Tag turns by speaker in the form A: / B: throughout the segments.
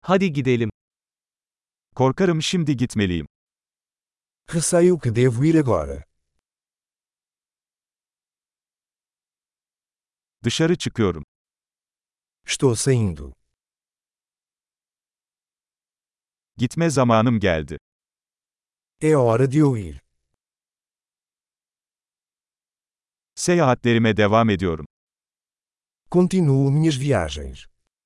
A: Hadi gidelim.
B: Korkarım şimdi gitmeliyim.
C: Receio que devo ir agora.
B: Dışarı çıkıyorum.
C: Estou saindo.
B: Gitme zamanım geldi.
C: É hora de eu ir.
B: Seyahatlerime devam ediyorum.
C: Continuo minhas viagens.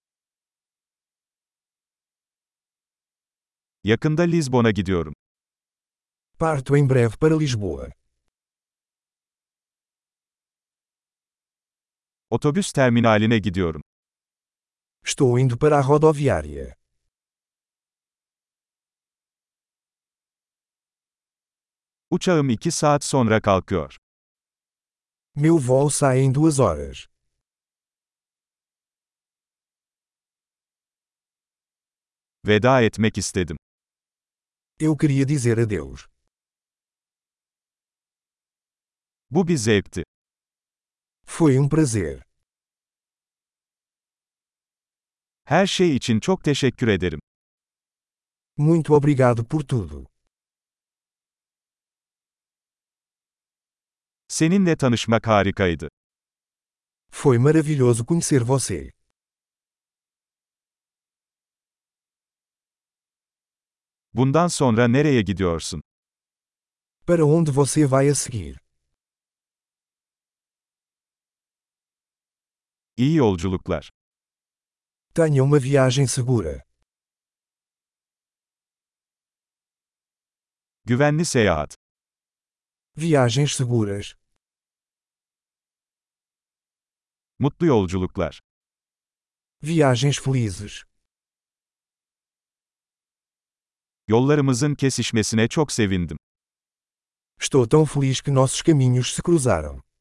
B: Yakında Lizbon'a gidiyorum.
C: Parto em breve para Lisboa.
B: Otobüs terminaline gidiyorum.
C: Estou indo para a rodoviária.
B: Uçağım 2 saat sonra kalkıyor.
C: Meu voo sai em 2 horas.
B: Veda etmek istedim.
C: Eu queria dizer adeus.
B: Bu bir zevkti.
C: Foi prazer.
B: Her şey için çok teşekkür ederim.
C: Muito obrigado por tudo.
B: Seninle tanışmak harikaydı.
C: Foi maravilhoso conhecer você.
B: Bundan sonra nereye gidiyorsun?
C: Para onde você vai a seguir?
B: İyi yolculuklar.
C: Tenha uma viagem segura.
B: Güvenli seyahat.
C: Viagens seguras.
B: Mutlu yolculuklar.
C: Viagens felizes.
B: Yollarımızın kesişmesine çok sevindim.
C: Estou tão feliz que nossos caminhos se cruzaram.